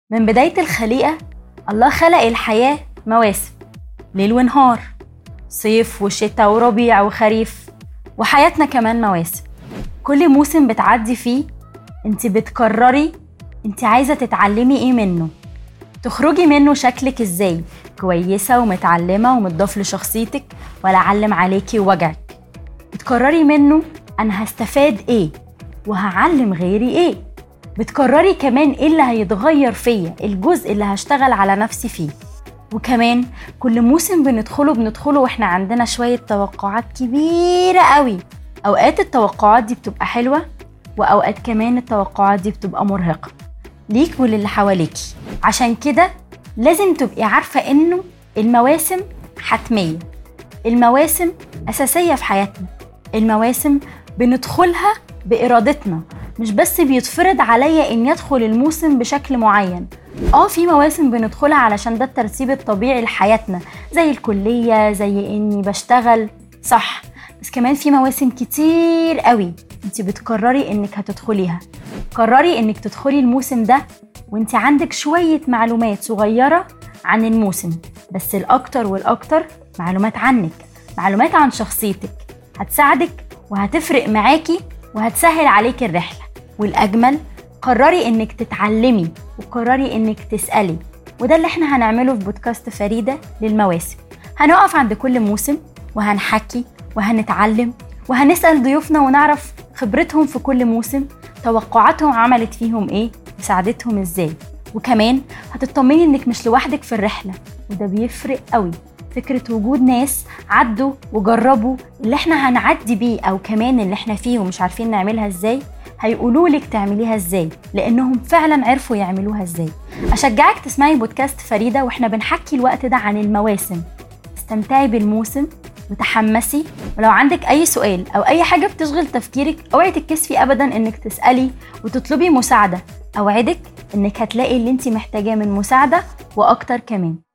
من بداية الخليقة الله خلق الحياة مواسم، ليل ونهار، صيف وشتاء وربيع وخريف، وحياتنا كمان مواسم. كل موسم بتعدي فيه انت بتقرري انت عايزة تتعلمي ايه منه، تخرجي منه شكلك ازاي، كويسة ومتعلمة ومتضاف لشخصيتك ولا علم عليكي ووجعك. بتقرري منه انا هستفاد ايه وهعلم غيري ايه. بتقرري كمان ايه اللي هيتغير فيا، الجزء اللي هشتغل على نفسي فيه. وكمان كل موسم بندخله واحنا عندنا شوية توقعات كبيرة قوي. اوقات التوقعات دي بتبقى حلوة، واوقات كمان التوقعات دي بتبقى مرهقة ليك وللي حواليكي. عشان كده لازم تبقي عارفة انه المواسم حتمية، المواسم اساسية في حياتنا، المواسم بندخلها بإرادتنا، مش بس بيتفرض عليا ان يدخل الموسم بشكل معين. في مواسم بندخلها علشان ده الترتيب الطبيعي لحياتنا، زي الكلية، زي اني بشتغل، صح. بس كمان في مواسم كتير قوي انت بتقرري انك هتدخليها. قرري انك تدخلي الموسم ده وانت عندك شوية معلومات صغيرة عن الموسم، بس الاكتر والاكتر معلومات عنك، معلومات عن شخصيتك هتساعدك وهتفرق معاكي وهتسهل عليك الرحلة. والأجمل قرري إنك تتعلمي وقرري إنك تسألي، وده اللي احنا هنعمله في بودكاست فريدة للمواسم. هنقف عند كل موسم وهنحكي وهنتعلم وهنسأل ضيوفنا ونعرف خبرتهم في كل موسم، توقعاتهم عملت فيهم ايه وساعدتهم ازاي. وكمان هتطمني إنك مش لوحدك في الرحلة، وده بيفرق قوي. فكرة وجود ناس عدوا وجربوا اللي احنا هنعدي بيه او كمان اللي احنا فيه ومش عارفين نعملها ازاي، هيقولوا لك تعمليها ازاي لانهم فعلا عرفوا يعملوها ازاي. اشجعك تسمعي بودكاست فريدة واحنا بنحكي الوقت ده عن المواسم. استمتعي بالموسم وتحمسي، ولو عندك اي سؤال او اي حاجة بتشغل تفكيرك اوعي تتكسفي ابدا انك تسألي وتطلبي مساعدة. اوعدك انك هتلاقي اللي انت محتاجاه من مساعدة واكتر كمان.